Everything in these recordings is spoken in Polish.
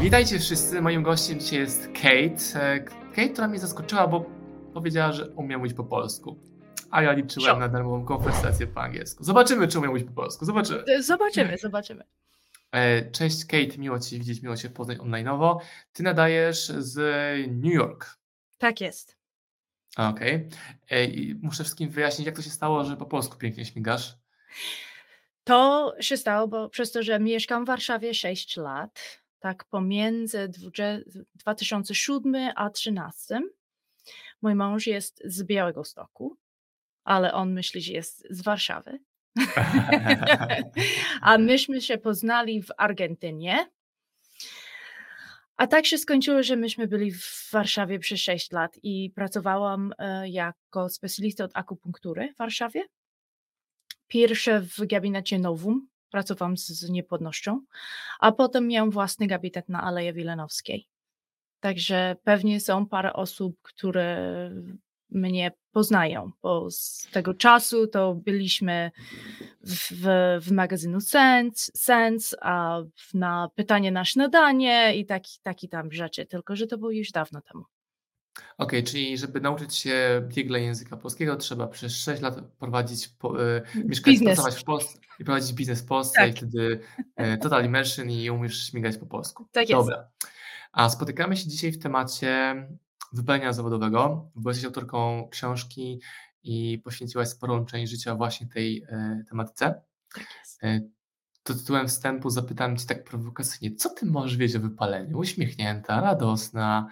Witajcie wszyscy, moim gościem dzisiaj jest Kate. Kate, która mnie zaskoczyła, bo powiedziała, że umie mówić po polsku. A ja liczyłem na darmową konwersację po angielsku. Zobaczymy, czy umie mówić po polsku. Zobaczymy. Cześć Kate, miło Cię widzieć, miło Cię poznać online'owo. Ty nadajesz z New York. Tak jest. Okej. Muszę wszystkim wyjaśnić, jak to się stało, że po polsku pięknie śmigasz. To się stało, bo przez to, że mieszkam w Warszawie 6 lat, tak pomiędzy 2007 a 2013, mój mąż jest z Białegostoku, ale on myśli, że jest z Warszawy. A myśmy się poznali w Argentynie. A tak się skończyło, że myśmy byli w Warszawie przez 6 lat i pracowałam jako specjalista od akupunktury w Warszawie. Pierwsze w gabinecie Novum, pracowałam z niepłodnością, a potem miałam własny gabinet na Aleje Wilanowskiej. Także pewnie są parę osób, które mnie poznają, bo z tego czasu to byliśmy w magazynu Sense, a na pytanie na śniadanie i taki tam rzeczy, tylko że to było już dawno temu. Okej, czyli żeby nauczyć się biegle języka polskiego, trzeba przez 6 lat prowadzić, mieszkać, pracować w Polsce i prowadzić biznes w Polsce Tak. i wtedy total immersion i umiesz śmigać po polsku. Tak jest. Dobra. A spotykamy się dzisiaj w temacie wypełnienia zawodowego, bo jesteś autorką książki i poświęciłaś sporą część życia właśnie tej tematyce. Tak jest. To tytułem wstępu zapytam Cię tak prowokacyjnie, co Ty możesz wiedzieć o wypaleniu? Uśmiechnięta, radosna.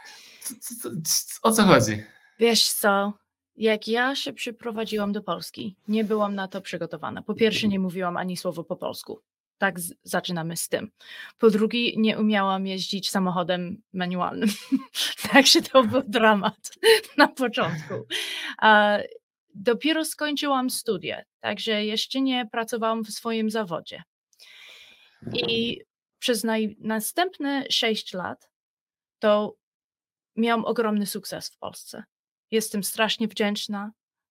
O co chodzi? Wiesz co, jak ja się przyprowadziłam do Polski, nie byłam na to przygotowana. Po pierwsze, nie mówiłam ani słowa po polsku. Tak zaczynamy z tym. Po drugie, nie umiałam jeździć samochodem manualnym. Także to był dramat na początku. Dopiero skończyłam studia, także jeszcze nie pracowałam w swoim zawodzie. I przez następne 6 lat to miałam ogromny sukces w Polsce. Jestem strasznie wdzięczna,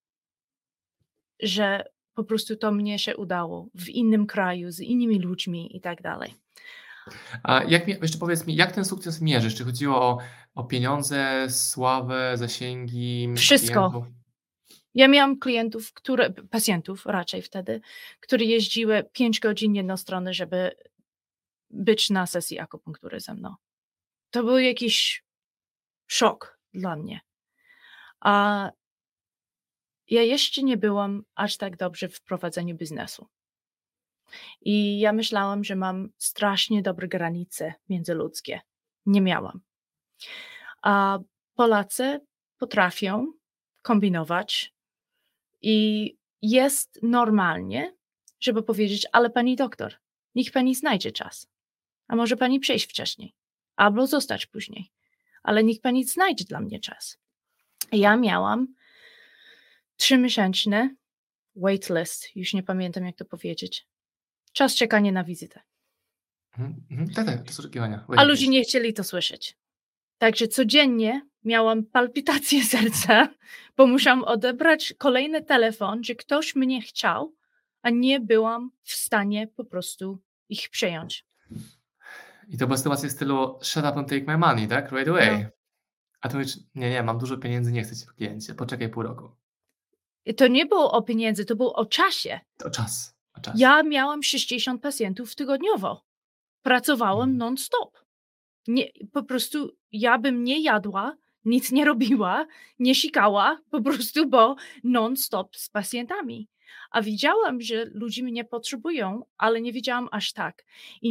że po prostu to mnie się udało w innym kraju, z innymi ludźmi i tak dalej. A jeszcze powiedz mi, jak ten sukces mierzysz? Czy chodziło o pieniądze, sławę, zasięgi? Wszystko. Klientów? Ja miałam pacjentów raczej wtedy, które jeździły 5 godzin jednostronnie, żeby być na sesji akupunktury ze mną. To był jakiś szok dla mnie. A ja jeszcze nie byłam aż tak dobrze w prowadzeniu biznesu. I ja myślałam, że mam strasznie dobre granice międzyludzkie. Nie miałam. A Polacy potrafią kombinować i jest normalnie, żeby powiedzieć, ale pani doktor, niech pani znajdzie czas. A może pani przyjść wcześniej, albo zostać później. Ale niech pani znajdzie dla mnie czas. Ja miałam 3-miesięczny waitlist, już nie pamiętam jak to powiedzieć. Czas czekania na wizytę. Tak, to są oczekiwania. A ludzie nie chcieli to słyszeć. Także codziennie miałam palpitację serca, bo musiałam odebrać kolejny telefon, że ktoś mnie chciał, a nie byłam w stanie po prostu ich przyjąć. I to była sytuacja w stylu shut up and take my money, tak? Right away. No. A tu mówisz, nie, mam dużo pieniędzy, nie chcę Cię w kliencie, poczekaj pół roku. I to nie było o pieniędzy, to było o czasie. O czas. Ja miałam 60 pacjentów tygodniowo. Pracowałam non-stop. Po prostu ja bym nie jadła, nic nie robiła, nie sikała, po prostu, bo non-stop z pacjentami. A widziałam, że ludzie mnie potrzebują, ale nie wiedziałam aż tak. I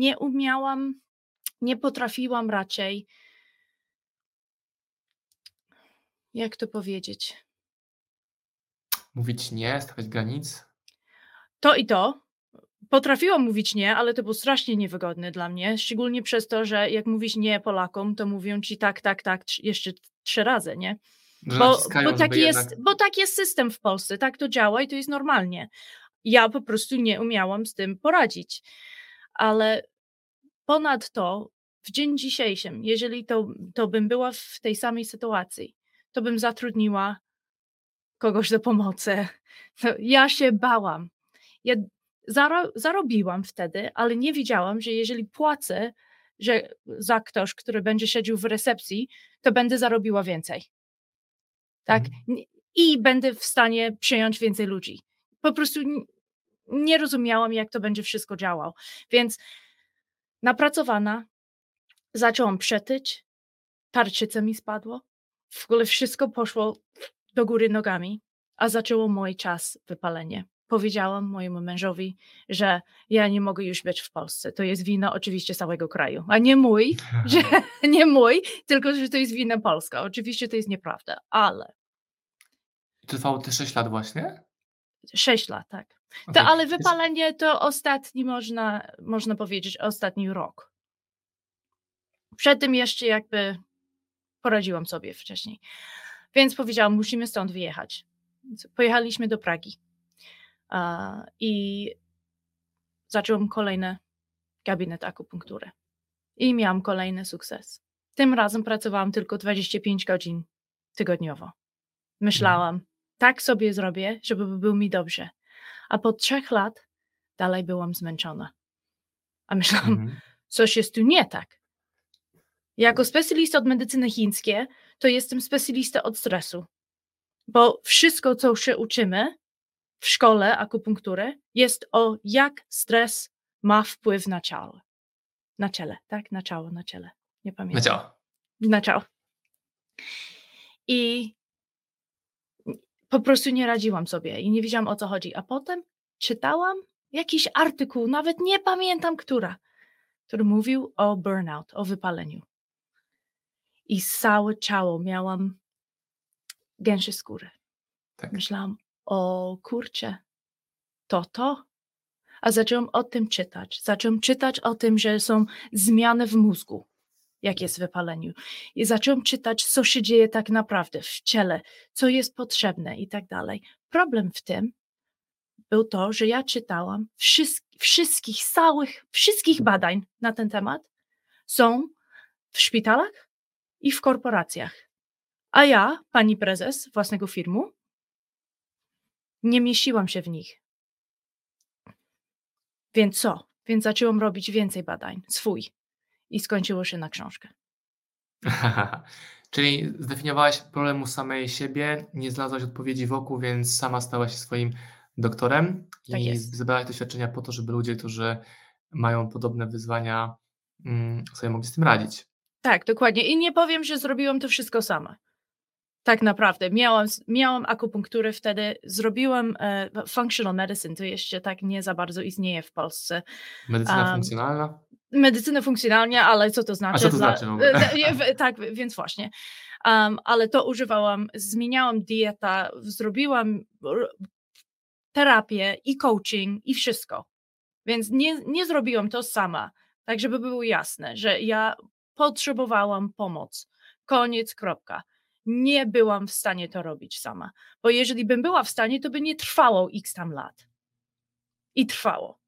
nie potrafiłam raczej, jak to powiedzieć? Mówić nie, stawiać granic? To i to. Potrafiłam mówić nie, ale to było strasznie niewygodne dla mnie, szczególnie przez to, że jak mówisz nie Polakom, to mówią ci tak, jeszcze 3 razy, nie? Bo tak jest system w Polsce, tak to działa i to jest normalnie. Ja po prostu nie umiałam z tym poradzić. Ale ponadto w dzień dzisiejszym, jeżeli to bym była w tej samej sytuacji, to bym zatrudniła kogoś do pomocy. Ja się bałam. Ja zarobiłam wtedy, ale nie wiedziałam, że jeżeli płacę że za ktoś, który będzie siedział w recepcji, to będę zarobiła więcej. Tak? I będę w stanie przyjąć więcej ludzi. Po prostu nie rozumiałam, jak to będzie wszystko działało. Więc napracowana, zaczęłam przetyć, tarczyca mi spadło, w ogóle wszystko poszło do góry nogami, a zaczęło mój czas wypalenie. Powiedziałam mojemu mężowi, że ja nie mogę już być w Polsce. To jest wina oczywiście całego kraju, a nie mój, że nie mój, tylko że to jest wina Polska. Oczywiście to jest nieprawda, ale Trwało te 6 lat właśnie? 6 lat, tak. Okay. Ale wypalenie to ostatni, można powiedzieć, ostatni rok. Przed tym jeszcze jakby poradziłam sobie wcześniej. Więc powiedziałam, musimy stąd wyjechać. Więc pojechaliśmy do Pragi. I zacząłem kolejny gabinet akupunktury. I miałam kolejny sukces. Tym razem pracowałam tylko 25 godzin tygodniowo. Myślałam, tak sobie zrobię, żeby było mi dobrze. A po 3 lat dalej byłam zmęczona. A myślałam, coś jest tu nie tak. Jako specjalista od medycyny chińskiej, to jestem specjalista od stresu. Bo wszystko, co się uczymy w szkole akupunktury, jest o jak stres ma wpływ na ciało. Na ciele, tak? Na ciało, na ciele. Nie pamiętam. Na ciało. Na ciało. I po prostu nie radziłam sobie i nie wiedziałam, o co chodzi. A potem czytałam jakiś artykuł, nawet nie pamiętam który mówił o burnout, o wypaleniu. I całe ciało miałam gęsie skóry. Tak. Myślałam, o kurczę, to? A zaczęłam o tym czytać. Zaczęłam czytać o tym, że są zmiany w mózgu, jak jest w wypaleniu. I zaczęłam czytać, co się dzieje tak naprawdę w ciele, co jest potrzebne i tak dalej. Problem w tym był to, że ja czytałam wszystkich badań na ten temat są w szpitalach i w korporacjach. A ja, pani prezes własnego firmu, nie mieściłam się w nich. Więc co? Więc zaczęłam robić więcej badań, i skończyło się na książkę. Czyli zdefiniowałaś problemu samej siebie, nie znalazłaś odpowiedzi wokół, więc sama stałaś się swoim doktorem Tak i jest. zebrałaś doświadczenia po to, żeby ludzie, którzy mają podobne wyzwania, sobie mogli z tym radzić. Tak, dokładnie. I nie powiem, że zrobiłam to wszystko sama. Tak naprawdę. Miałam akupunkturę wtedy, zrobiłam functional medicine, to jeszcze tak nie za bardzo istnieje w Polsce. Medycyna funkcjonalna? Medycyna funkcjonalna, ale co to znaczy? A co to znaczy w ogóle? Tak, więc właśnie. Ale to używałam, zmieniałam dietę, zrobiłam terapię i coaching i wszystko. Więc nie zrobiłam to sama. Tak, żeby było jasne, że ja potrzebowałam pomoc. Koniec, kropka. Nie byłam w stanie to robić sama. Bo jeżeli bym była w stanie, to by nie trwało x tam lat. I trwało.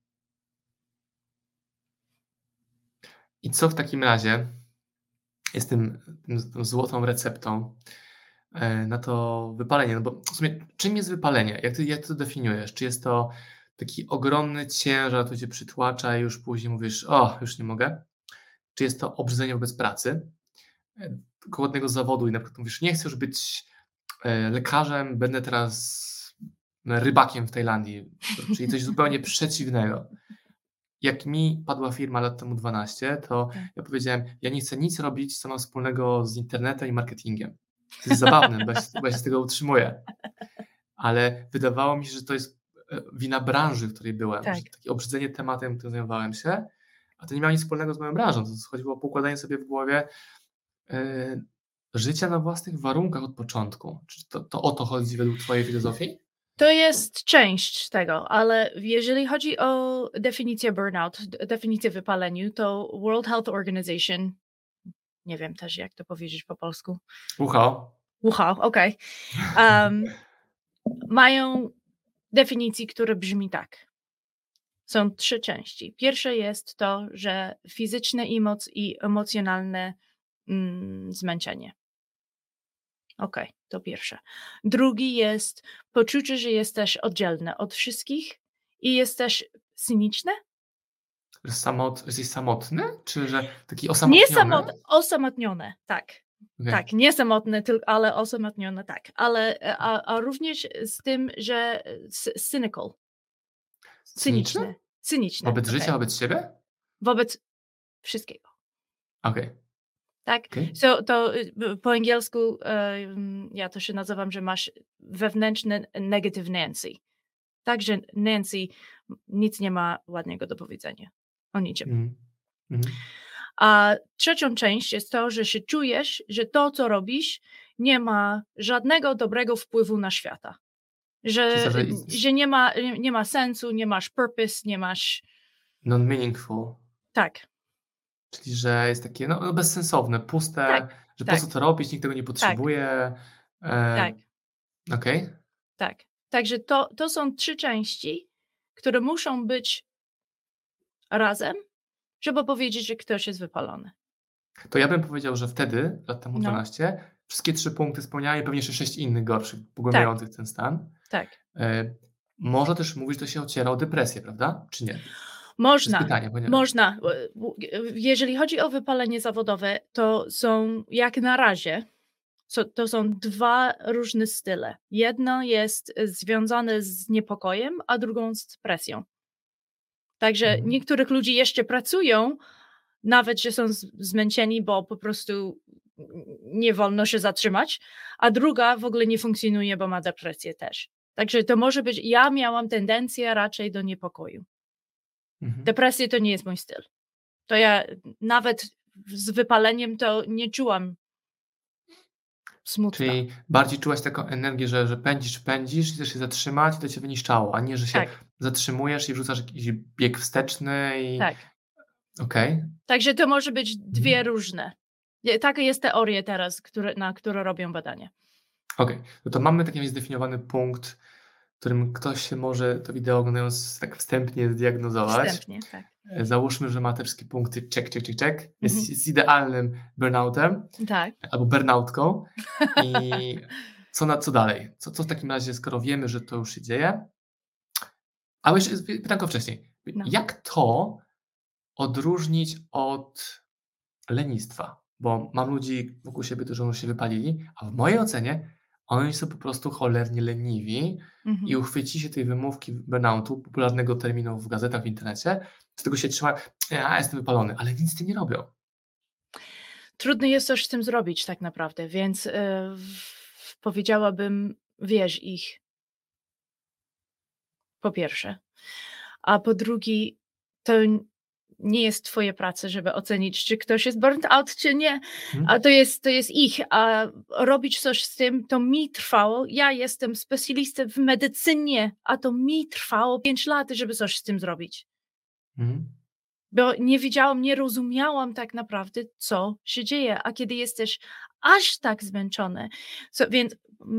I co w takim razie jest tym złotą receptą na to wypalenie? No bo w sumie czym jest wypalenie? Jak ty to definiujesz? Czy jest to taki ogromny ciężar, to cię przytłacza i już później mówisz, o, już nie mogę? Czy jest to obrzydzenie wobec pracy, głodnego zawodu i na przykład mówisz, nie chcę już być lekarzem, będę teraz rybakiem w Tajlandii, czyli coś zupełnie przeciwnego. Jak mi padła firma lat temu 12, to ja powiedziałem, ja nie chcę nic robić, co ma wspólnego z internetem i marketingiem. To jest zabawne, bo ja się z tego utrzymuję. Ale wydawało mi się, że to jest wina branży, w której byłem. Tak. Że takie obrzydzenie tematem, którym zajmowałem się, a to nie miało nic wspólnego z moją branżą. To chodziło o poukładanie sobie w głowie życia na własnych warunkach od początku. Czy to o to chodzi według twojej filozofii? To jest część tego, ale jeżeli chodzi o definicję burnout, definicję wypaleniu, to World Health Organization, nie wiem też jak to powiedzieć po polsku. WHO, okej. Mają definicję, która brzmi tak. Są 3 części. Pierwsza jest to, że fizyczne i emocjonalne zmęczenie. Okej, to pierwsze. Drugi jest poczucie, że jesteś oddzielny od wszystkich i jesteś cyniczny. Że jesteś samotny? Czy że taki Nie osamotniony? osamotnione, tak. Okej. Tak, nie samotne, ale osamotnione, tak. Ale, a również z tym, że cynical, Cyniczny? cyniczne, Wobec życia, okej. wobec siebie? Wobec wszystkiego, Okej, tak? okej. Po angielsku, ja to się nazywam, że masz wewnętrzny negative Nancy. Także Nancy nic nie ma ładnego do powiedzenia o niczym. Mhm. Mhm. A trzecią część jest to, że się czujesz, że to, co robisz, nie ma żadnego dobrego wpływu na świata. Czyli Że co, że że nie ma sensu, nie masz purpose, nie masz non-meaningful, tak, czyli że jest takie, bezsensowne, tak, puste, że po tak, co to robić, nikt tego nie tak, potrzebuje. tak, Okej. tak. Także to są 3 części, które muszą być razem, żeby powiedzieć, że ktoś jest wypalony. To ja bym powiedział, że wtedy, lat temu No, 12, wszystkie 3 punkty spełniały i pewnie jeszcze 6 innych gorszych, tak, pogłębiających ten stan. tak. E, Można też mówić, że to się ociera o depresję, prawda? Czy nie? To jest Można, pytanie, bo nie wiem. można. Jeżeli chodzi o wypalenie zawodowe, to są jak na razie to są 2 różne style. Jedno jest związane z niepokojem, a drugą z presją. Także Mhm. niektórych ludzi jeszcze pracują, nawet że są zmęczeni, bo po prostu nie wolno się zatrzymać, a druga w ogóle nie funkcjonuje, bo ma depresję też. Także to może być ja miałam tendencję raczej do niepokoju. Mhm. Depresja to nie jest mój styl. To ja nawet z wypaleniem to nie czułam smutna. Czyli bardziej czułaś taką energię, że pędzisz, chcesz się zatrzymać i to cię wyniszczało, a nie, że się Tak, zatrzymujesz i wrzucasz jakiś bieg wsteczny i tak. okej. Także to może być 2 Mhm. różne. Taka jest teoria teraz, na które robią badania. Okej. No to mamy taki zdefiniowany punkt, w którym ktoś się może to wideo oglądając tak wstępnie zdiagnozować. Wstępnie, tak. Załóżmy, że ma te wszystkie punkty check. Mhm. Jest idealnym burnoutem Tak. albo burnoutką i co dalej? Co w takim razie, skoro wiemy, że to już się dzieje? Ale jeszcze pytanko wcześniej. No. Jak to odróżnić od lenistwa? Bo mam ludzi wokół siebie, którzy już się wypalili, a w mojej ocenie oni są po prostu cholernie leniwi i Mhm. uchwyci się tej wymówki burnoutu, popularnego terminu w gazetach, w internecie, z tego się trzyma, ja jestem wypalony, ale nic z tym nie robią. Trudno jest coś z tym zrobić tak naprawdę, więc, powiedziałabym, wierz ich. Po pierwsze. A po drugie, to nie jest twoja praca, żeby ocenić, czy ktoś jest burnt out, czy nie. Mhm. A to jest ich, a robić coś z tym, to mi trwało. Ja jestem specjalistą w medycynie, a to mi trwało 5 lat, żeby coś z tym zrobić. Mhm. Bo nie wiedziałam, nie rozumiałam tak naprawdę, co się dzieje. A kiedy jesteś aż tak zmęczony, więc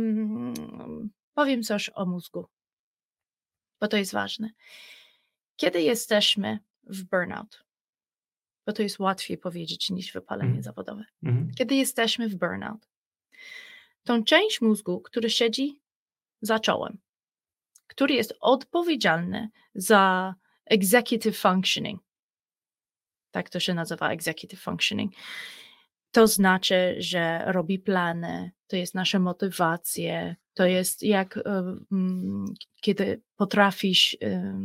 powiem coś o mózgu, bo to jest ważne. Kiedy jesteśmy w burnout, bo to jest łatwiej powiedzieć niż wypalenie Mhm. zawodowe. Mhm. Kiedy jesteśmy w burnout, tą część mózgu, który siedzi za czołem, który jest odpowiedzialny za executive functioning, tak to się nazywa, executive functioning, to znaczy, że robi plany, to jest nasze motywacje, to jest jak kiedy potrafisz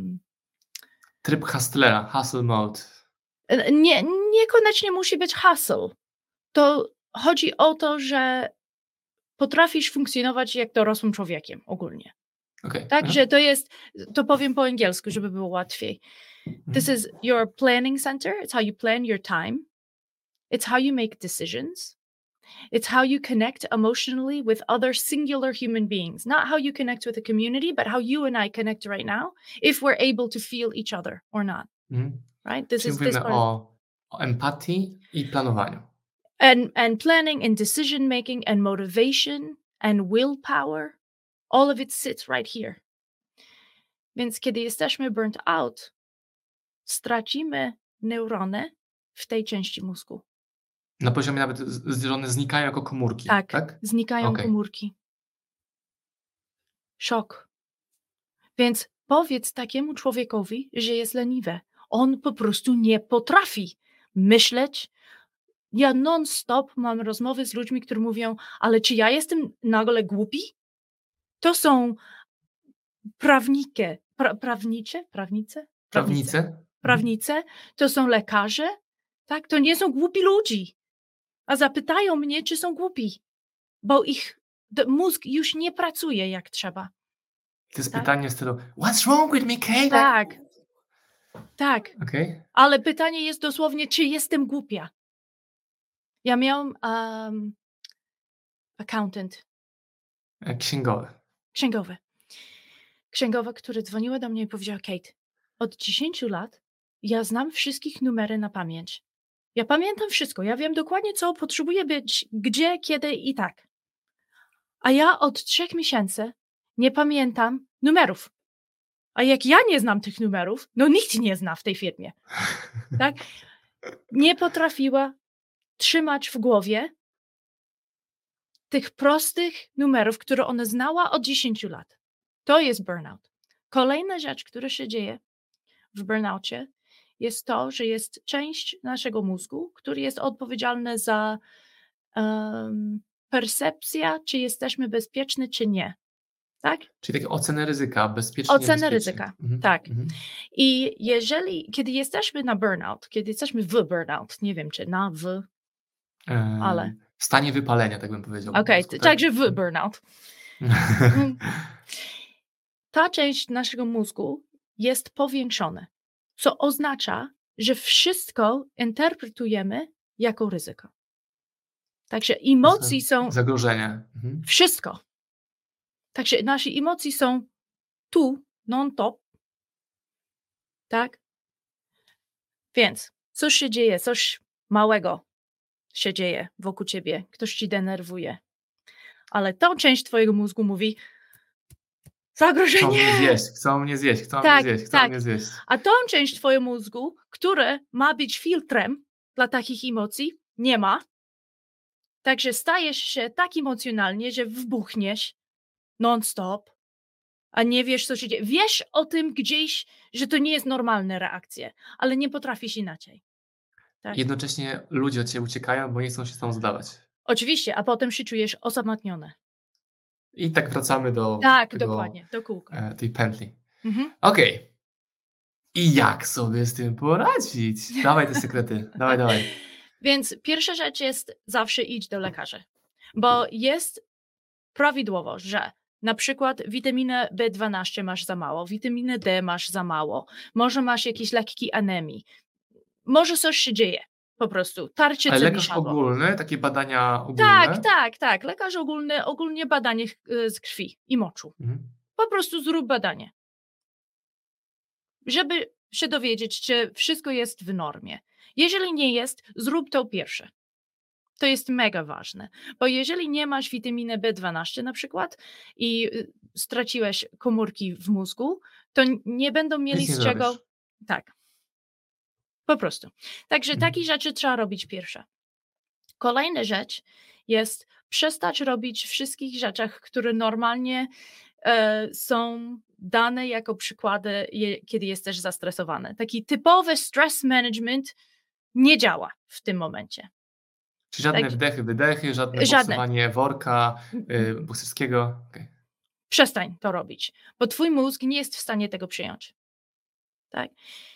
Tryb hustlera, hustle mode. Niekoniecznie musi być hustle. To chodzi o to, że potrafisz funkcjonować jak dorosłym człowiekiem ogólnie. Okej. Także to powiem po angielsku, żeby było łatwiej. This is your planning center. It's how you plan your time. It's how you make decisions. It's how you connect emotionally with other singular human beings. Not how you connect with a community, but how you and I connect right now, if we're able to feel each other or not. Mhm. Right? Czyli This mówimy part. o empatii i planowaniu. And planning and decision making and motivation and willpower, all of it sits right here. Więc kiedy jesteśmy burnt out, stracimy neurony w tej części mózgu. Na poziomie nawet że one znikają jako komórki, Tak, tak? znikają Okej. komórki. Szok. Więc powiedz takiemu człowiekowi, że jest leniwe. On po prostu nie potrafi myśleć. Ja non-stop mam rozmowy z ludźmi, którzy mówią, ale czy ja jestem nagle głupi? To są prawnicy, Prawnicy? Mhm. to są lekarze, tak? To nie są głupi ludzi. A zapytają mnie, czy są głupi, bo ich mózg już nie pracuje jak trzeba. To jest Tak? pytanie w stylu What's wrong with me, Kate? Tak. Okej. Ale pytanie jest dosłownie, czy jestem głupia? Ja miałam accountant, Księgowy. księgowa, która dzwoniła do mnie i powiedziała, Kate, od 10 lat ja znam wszystkich numery na pamięć. Ja pamiętam wszystko, ja wiem dokładnie, co potrzebuje być, gdzie, kiedy i tak. A ja od 3 miesięcy nie pamiętam numerów. A jak ja nie znam tych numerów, no nikt nie zna w tej firmie. Tak? Nie potrafiła trzymać w głowie tych prostych numerów, które ona znała od 10 lat. To jest burnout. Kolejna rzecz, która się dzieje w burnoucie, jest to, że jest część naszego mózgu, który jest odpowiedzialny za percepcja, czy jesteśmy bezpieczni, czy nie. Tak? Czyli takie oceny ryzyka, bezpiecznie, Oceny niebezpiecznie. ryzyka, tak. I kiedy jesteśmy na burnout, kiedy jesteśmy w burnout, nie wiem, czy na ale... W stanie wypalenia, tak bym powiedział. Okej, także w burnout. Ta część naszego mózgu jest powiększona, co oznacza, że wszystko interpretujemy jako ryzyko. Także emocje są... Zagrożenie. Wszystko. Także nasze emocje są tu, non-stop. Tak? Więc coś się dzieje, coś małego się dzieje wokół ciebie, ktoś ci denerwuje. Ale tą część twojego mózgu mówi zagrożenie! Chcą mnie zjeść. A tą część twojego mózgu, która ma być filtrem dla takich emocji, nie ma. Także stajesz się tak emocjonalnie, że wybuchniesz non-stop, a nie wiesz, co się dzieje. Wiesz o tym gdzieś, że to nie jest normalna reakcja, ale nie potrafisz inaczej. Tak? Jednocześnie ludzie od ciebie uciekają, bo nie chcą się z tobą zdawać. Oczywiście, a potem się czujesz osamotniony. I tak wracamy do dokładnie, do kółka. Tej pętli. Okej. I jak sobie z tym poradzić? Dawaj te sekrety. Dawaj. Więc pierwsza rzecz jest zawsze idź do lekarza. Bo jest prawidłowo, że na przykład witaminę B12 masz za mało, witaminę D masz za mało, może masz jakieś lekkie anemii. Może coś się dzieje. Po prostu tarczyca. Ale lekarz ogólny, takie badania ogólne? Tak. Lekarz ogólnie badanie z krwi i moczu. Po prostu zrób badanie. Żeby się dowiedzieć, czy wszystko jest w normie. Jeżeli nie jest, zrób to pierwsze. To jest mega ważne, bo jeżeli nie masz witaminy B12 na przykład i straciłeś komórki w mózgu, to nie będą mieli z czego... Zrobisz. Tak. Po prostu. Także takie rzeczy trzeba robić pierwsze. Kolejna rzecz jest przestać robić wszystkich rzeczach, które normalnie są dane jako przykłady, kiedy jesteś zestresowany. Taki typowy stress management nie działa w tym momencie. Czyli żadne wdechy, wydechy, żadne boksowanie worka bokserskiego. Okay. Przestań to robić, bo twój mózg nie jest w stanie tego przyjąć. Tak?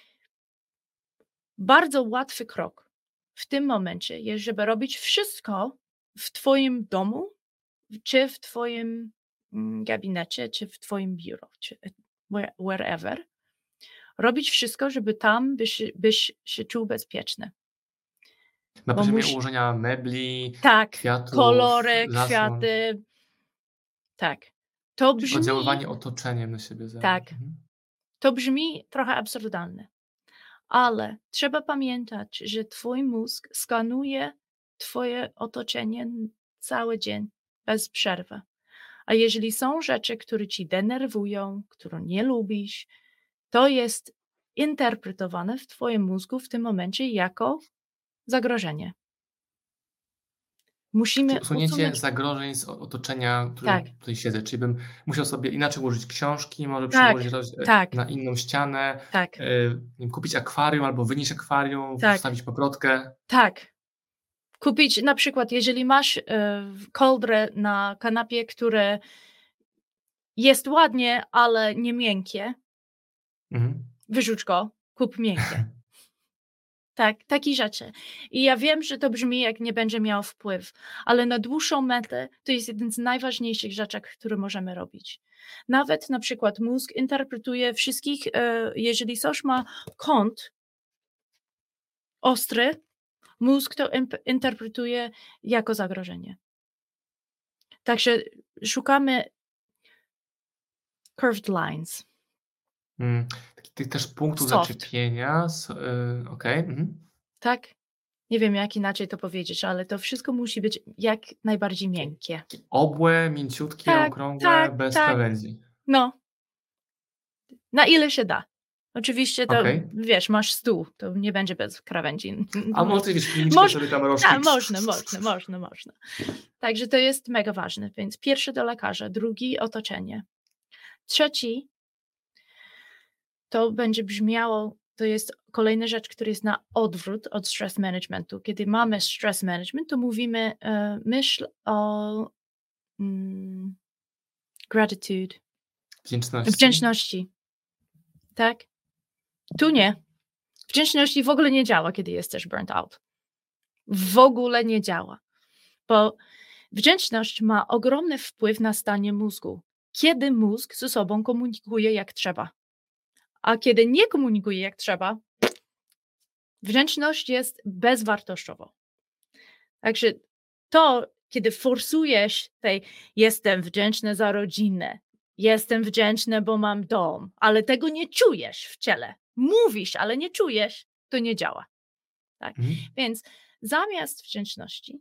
Bardzo łatwy krok w tym momencie jest, żeby robić wszystko w twoim domu, czy w twoim gabinecie, czy w twoim biuro, czy wherever. Robić wszystko, żeby tam byś się czuł bezpieczny. Na poziomie ułożenia mebli, kwiatów, kolory, zasłon. kwiaty. Tak. To brzmi... Oddziaływanie otoczeniem na siebie. Tak. To brzmi trochę absurdalne. Ale trzeba pamiętać, że twój mózg skanuje twoje otoczenie cały dzień, bez przerwy. A jeżeli są rzeczy, które ci denerwują, które nie lubisz, to jest interpretowane w twoim mózgu w tym momencie jako zagrożenie. Musimy Czyli usunięcie usunąć. zagrożeń z otoczenia, w Tak, którym tutaj siedzę. Czyli bym musiał sobie inaczej ułożyć książki, może tak, przełożyć tak, na inną ścianę, tak, nie wiem, kupić akwarium albo wynieść akwarium, tak, wstawić paprotkę. tak. Kupić na przykład, jeżeli masz, kołdrę na kanapie, które jest ładnie, ale nie miękkie, Mhm. wyrzuć go, kup miękkie. Tak, takie rzeczy. I ja wiem, że to brzmi, jak nie będzie miało wpływ, ale na dłuższą metę to jest jeden z najważniejszych rzeczy, które możemy robić. Nawet na przykład mózg interpretuje wszystkich, jeżeli coś ma kąt ostry, mózg to interpretuje jako zagrożenie. Także szukamy curved lines, Takich też punktów soft, zaczepienia. Okej. tak? Nie wiem, jak inaczej to powiedzieć, ale to wszystko musi być jak najbardziej miękkie. Takie obłe, mięciutkie, Tak, okrągłe, tak, bez tak. krawędzi. No, na ile się da. Oczywiście to, Okej. wiesz, masz stół, to nie będzie bez krawędzi. A może wiesz, filmiczkę Moż sobie tam rożki. tak, można. Także to jest mega ważne, więc pierwszy do lekarza, drugi otoczenie. Trzeci to będzie brzmiało, to jest kolejna rzecz, która jest na odwrót od stress managementu. Kiedy mamy stress management, to mówimy, myśl o gratitude, Wdzięczności. wdzięczności, tak? Tu nie. Wdzięczności w ogóle nie działa, kiedy jesteś burnt out. W ogóle nie działa, bo wdzięczność ma ogromny wpływ na stanie mózgu. Kiedy mózg ze sobą komunikuje jak trzeba, a kiedy nie komunikuje jak trzeba, wdzięczność jest bezwartościowa. Także to, kiedy forsujesz jestem wdzięczny za rodzinę, jestem wdzięczny, bo mam dom, ale tego nie czujesz w ciele. Mówisz, ale nie czujesz, to nie działa. Tak? Więc zamiast wdzięczności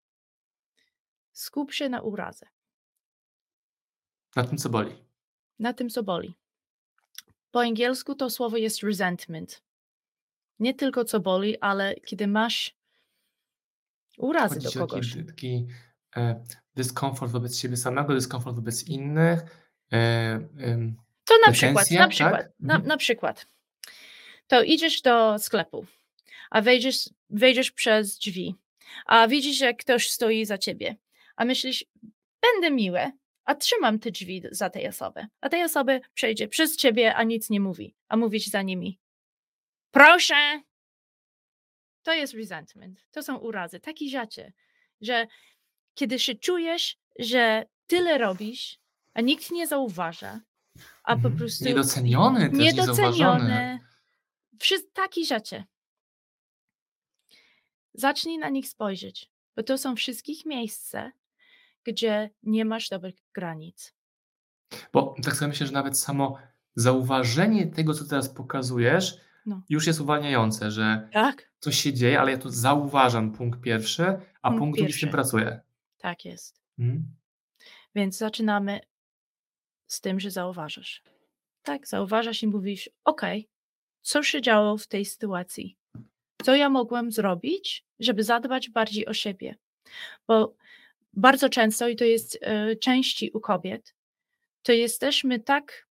skup się na urazę. Na tym, co boli. Na tym, co boli. Po angielsku to słowo jest resentment. Nie tylko co boli, ale kiedy masz urazy Chodzi do ci o kogoś. taki dyskomfort wobec siebie samego, dyskomfort wobec innych, To na przykład, pretensje, tak? na przykład. To idziesz do sklepu, a wejdziesz przez drzwi, a widzisz, jak ktoś stoi za ciebie, a myślisz, będę miłe, a trzymam te drzwi za tej osoby, a tej osoby przejdzie przez ciebie, a nic nie mówi, a mówisz za nimi. Proszę! To jest resentment, to są urazy, takie rzeczy, że kiedy się czujesz, że tyle robisz, a nikt nie zauważa, a po prostu Niedoceniony, też niezauważony. Takie rzeczy. Zacznij na nich spojrzeć, bo to są wszystkich miejsca, gdzie nie masz dobrych granic. Bo tak sobie myślę, że nawet samo zauważenie tego, co teraz pokazujesz, już jest uwalniające, że Tak? coś się dzieje, ale ja tu zauważam punkt pierwszy, a punkt drugi z tym pracuję. Tak jest. Więc zaczynamy z tym, że zauważasz. Tak, zauważasz i mówisz, okej, co się działo w tej sytuacji? Co ja mogłem zrobić, żeby zadbać bardziej o siebie? Bo bardzo często, i to jest części u kobiet, to jesteśmy tak,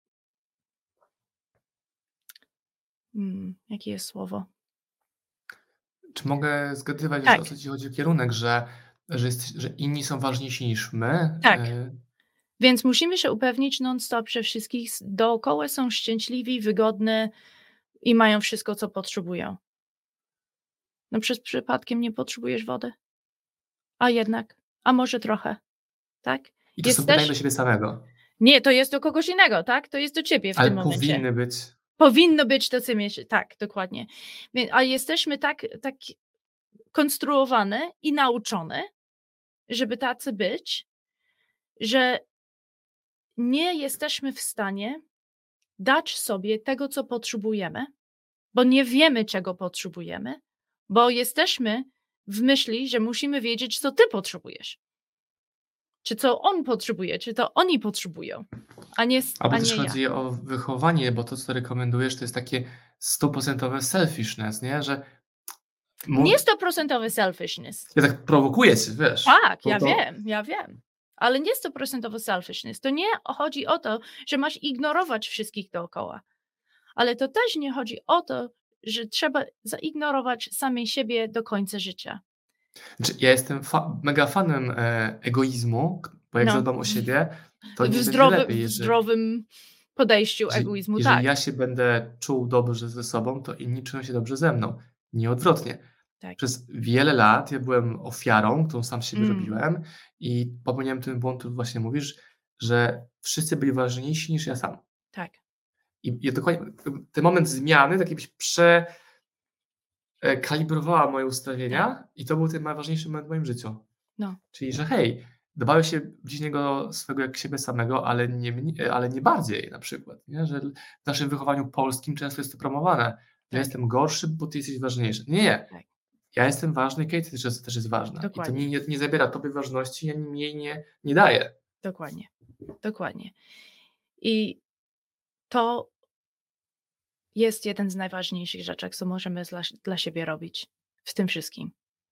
jakie jest słowo? Czy mogę zgadywać, Tak. że o co ci chodzi o kierunek, że inni są ważniejsi niż my? Tak. Więc musimy się upewnić non-stop, że wszystkich dookoła są szczęśliwi, wygodni i mają wszystko, co potrzebują. No przez przypadkiem nie potrzebujesz wody? A jednak, a może trochę, tak? I to są pytania do siebie samego. Nie, to jest do kogoś innego, tak? To jest do ciebie w tym momencie. Ale powinny być. Powinno być to, co mieć. Tak, dokładnie. A jesteśmy tak konstruowane i nauczone, żeby tacy być, że nie jesteśmy w stanie dać sobie tego, co potrzebujemy, bo nie wiemy, czego potrzebujemy, bo jesteśmy w myśli, że musimy wiedzieć, co ty potrzebujesz. Czy co on potrzebuje, czy to oni potrzebują, a nie Albo też ja. chodzi o wychowanie, bo to, co rekomendujesz, to jest takie 100% selfishness, nie? Że Nie 100% selfishness. Ja tak prowokuję cię, wiesz. Tak, ja wiem. Ale nie 100% selfishness. To nie chodzi o to, że masz ignorować wszystkich dookoła. Ale to też nie chodzi o to, że trzeba zaignorować samej siebie do końca życia. Znaczy, ja jestem mega fanem egoizmu, bo jak zadbam o siebie, to nie będzie lepiej. W zdrowym podejściu egoizmu, jeżeli tak. ja się będę czuł dobrze ze sobą, to inni czują się dobrze ze mną. Nie odwrotnie. Tak. Przez wiele lat ja byłem ofiarą, którą sam siebie robiłem i popełniałem ten błąd, który właśnie mówisz, że wszyscy byli ważniejsi niż ja sam. Tak. I ja dokładnie ten moment zmiany, taki byś kalibrowała moje ustawienia i to był ten najważniejszy moment w moim życiu. No. Czyli, że hej, dbałem się bliźniego swego jak siebie samego, ale nie bardziej na przykład. Nie? Że w naszym wychowaniu polskim często jest to promowane. Ja jestem gorszy, bo ty jesteś ważniejszy. Nie. Tak. Ja jestem ważny i Kate też jest ważna. Dokładnie. I to nie zabiera tobie ważności, ani jej nie daje. Dokładnie. I to jest jeden z najważniejszych rzeczy, co możemy dla siebie robić w tym wszystkim.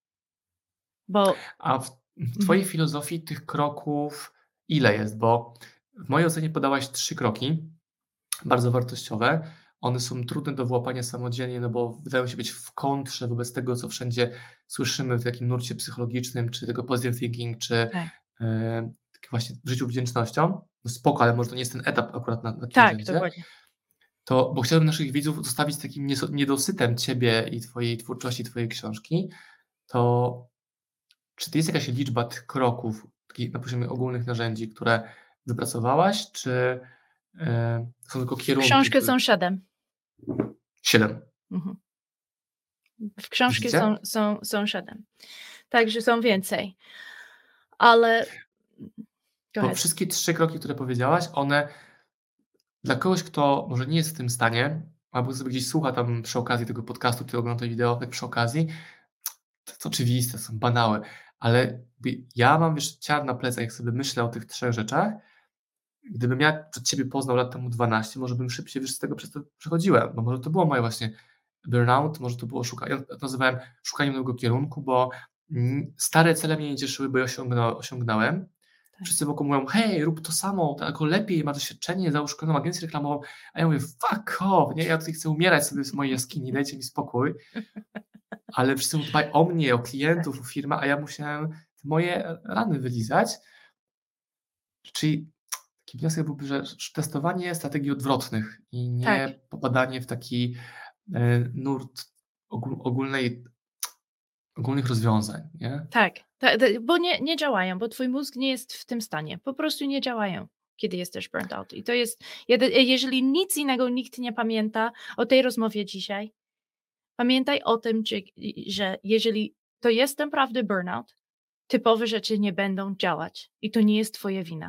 A w twojej filozofii tych kroków ile jest? Bo w mojej ocenie podałaś 3 kroki, bardzo wartościowe. One są trudne do wyłapania samodzielnie, no bo wydają się być w kontrze wobec tego, co wszędzie słyszymy w takim nurcie psychologicznym, czy tego positive thinking, czy właśnie w życiu wdzięcznością. No spoko, ale może to nie jest ten etap akurat na tym urzędzie. Dokładnie. Bo chciałbym naszych widzów zostawić takim niedosytem ciebie i twojej twórczości, twojej książki, to czy to jest jakaś liczba tych kroków, takich na poziomie ogólnych narzędzi, które wypracowałaś, czy są tylko kierunki? W książce są 7. 7. Mhm. W książce są 7. Także są więcej. Ale bo wszystkie 3 kroki, które powiedziałaś, one dla kogoś, kto może nie jest w tym stanie, albo sobie gdzieś słucha tam przy okazji tego podcastu, czy ogląda wideo, tak przy okazji, to jest oczywiste, są banały, ale ja mam, ciar na plecach, jak sobie myślę o tych 3 rzeczach. Gdybym ja ciebie poznał lat temu 12, może bym szybciej z tego przez to przechodziłem, bo może to było moje właśnie burnout, może to było szukanie, ja to nazywałem szukaniem nowego kierunku, bo stare cele mnie nie cieszyły, bo je osiągnąłem. Tak. Wszyscy wokół mówią, hej, rób to samo, tylko lepiej, masz doświadczenie, załóż kolejną agencję reklamową, a ja mówię, fuck off, nie? Ja tutaj chcę umierać sobie w mojej jaskini, dajcie mi spokój. Ale wszyscy mówią, dbaj o mnie, o klientów, o firmę, a ja musiałem moje rany wylizać. Czyli taki wniosek byłby, że testowanie strategii odwrotnych i nie popadanie w taki nurt ogólnych rozwiązań, nie? Tak, bo nie działają, bo twój mózg nie jest w tym stanie. Po prostu nie działają, kiedy jesteś burnt out. I to jest, jeżeli nic innego nikt nie pamięta o tej rozmowie dzisiaj, pamiętaj o tym, że jeżeli to jest naprawdę burnout, typowe rzeczy nie będą działać i to nie jest twoja wina.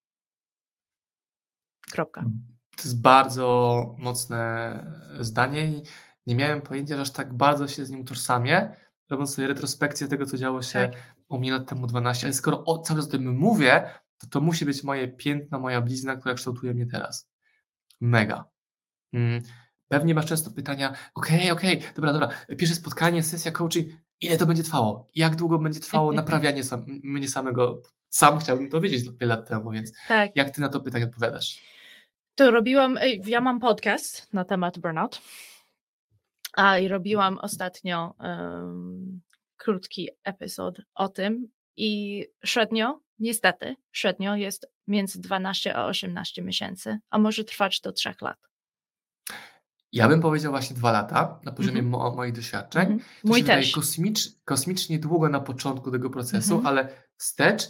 Kropka. To jest bardzo mocne zdanie i nie miałem pojęcia, że aż tak bardzo się z nim utożsamię, robiąc sobie retrospekcję tego, co działo się u mnie lat temu 12, ale skoro cały czas o tym mówię, to musi być moje piętno, moja blizna, która kształtuje mnie teraz. Mega. Pewnie masz często pytania, okej, dobra, pierwsze spotkanie, sesja coaching, ile to będzie trwało? Jak długo będzie trwało naprawianie mnie samego? Sam chciałbym to wiedzieć wiele lat temu, więc jak ty na to pytanie odpowiadasz? To ja mam podcast na temat burnout, i robiłam ostatnio krótki epizod o tym i niestety średnio jest między 12 a 18 miesięcy, a może trwać do 3 lat. Ja bym powiedział właśnie 2 lata na poziomie moich doświadczeń. To się wydaje kosmicznie długo na początku tego procesu, ale wstecz,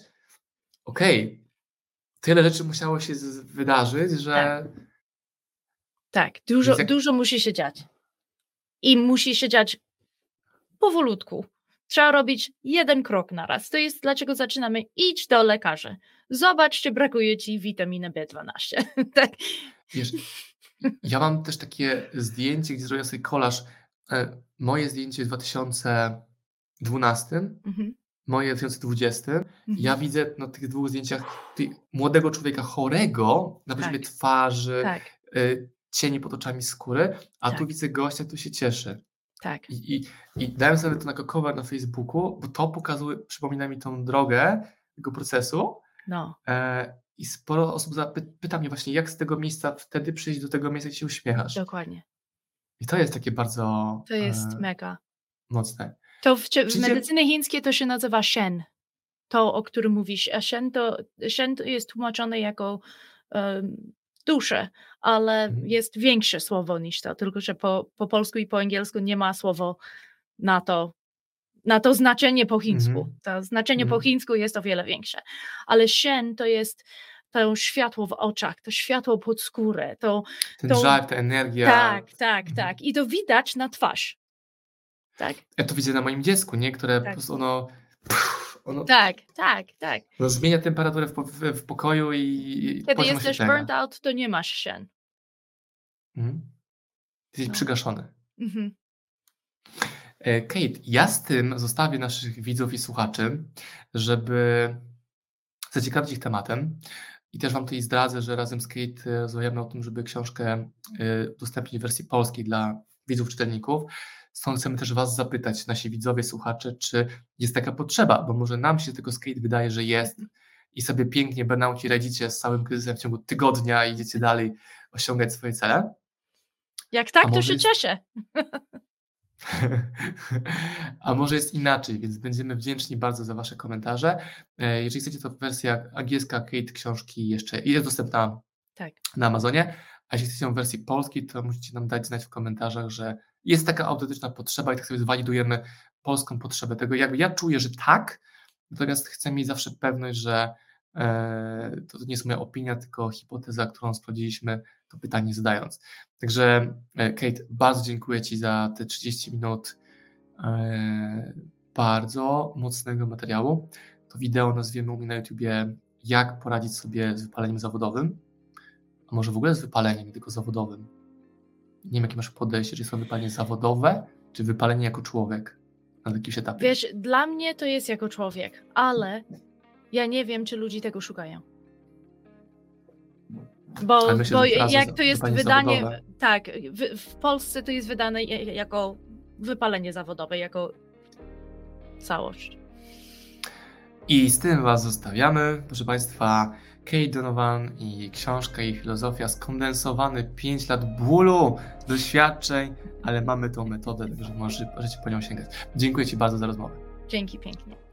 tyle rzeczy musiało się wydarzyć, że... Tak, dużo musi się dziać. I musi się dziać powolutku. Trzeba robić 1 krok na raz. To jest dlaczego zaczynamy. Idź do lekarza. Zobacz, czy brakuje ci witaminy B12. Tak. Wiesz, ja mam też takie zdjęcie, gdzie zrobię sobie kolaż. Moje zdjęcie w 2012, moje w 2020. Ja widzę na tych 2 zdjęciach młodego człowieka chorego na poziomie twarzy, cieni pod oczami skóry, a tu widzę gościa, który się cieszy. Tak, I dałem sobie to jako cover na Facebooku, bo to pokazuje, przypomina mi tą drogę tego procesu. no, I sporo osób pyta mnie właśnie, jak z tego miejsca wtedy przyjść do tego miejsca, gdzie się uśmiechasz. dokładnie. I to jest takie bardzo To jest mega. mocne. To w Czyli medycynie chińskiej to się nazywa Shen. To, o którym mówisz. A Shen to jest tłumaczone jako duszę, ale jest większe słowo niż to, tylko że po polsku i po angielsku nie ma słowa na to znaczenie po chińsku. To znaczenie po chińsku jest o wiele większe. Ale Shen to jest to światło w oczach, to światło pod skórę. Ten żar, ta energia. Tak. I to widać na twarz. Tak. Ja to widzę na moim dziecku, nie? Które po prostu ono Tak. ono zmienia temperaturę w pokoju i Kiedy poziom jesteś oświetlenia. burnt out, to nie masz Shen. Jesteś przygaszony. Mhm. Kate, ja z tym zostawię naszych widzów i słuchaczy, żeby zaciekawić ich tematem. I też wam tutaj zdradzę, że razem z Kate rozmawiamy o tym, żeby książkę udostępnić w wersji polskiej dla widzów, czytelników. Stąd chcemy też was zapytać, nasi widzowie, słuchacze, czy jest taka potrzeba, bo może nam się tylko z Kate wydaje, że jest i sobie pięknie burnouci radzicie z całym kryzysem w ciągu tygodnia i idziecie dalej osiągać swoje cele. Jak tak, to się cieszę. A może jest inaczej, więc będziemy wdzięczni bardzo za wasze komentarze. Jeżeli chcecie, to wersja angielska Kate książki jeszcze jest dostępna na Amazonie, a jeśli chcecie ją w wersji polskiej, to musicie nam dać znać w komentarzach, że jest taka autentyczna potrzeba i tak sobie zwalidujemy polską potrzebę tego. Jakby ja czuję, że tak, natomiast chcę mieć zawsze pewność, że to nie jest moja opinia, tylko hipoteza, którą sprawdziliśmy, to pytanie zadając. Także Kate, bardzo dziękuję ci za te 30 minut bardzo mocnego materiału. To wideo nazwiemy u mnie na YouTubie jak poradzić sobie z wypaleniem zawodowym, a może w ogóle z wypaleniem, nie tylko zawodowym. Nie wiem, jakie masz podejście, czy jest to wypalenie zawodowe, czy wypalenie jako człowiek na jakimś etapie. Wiesz, dla mnie to jest jako człowiek, ale ja nie wiem, czy ludzie tego szukają. Bo jak to jest wydanie, zawodowe. Tak, w Polsce to jest wydane jako wypalenie zawodowe, jako całość. I z tym was zostawiamy, proszę Państwa. Kate Donovan i książka i filozofia, skondensowany 5 lat bólu, doświadczeń, ale mamy tą metodę, także możecie po nią sięgać. Dziękuję ci bardzo za rozmowę. Dzięki pięknie.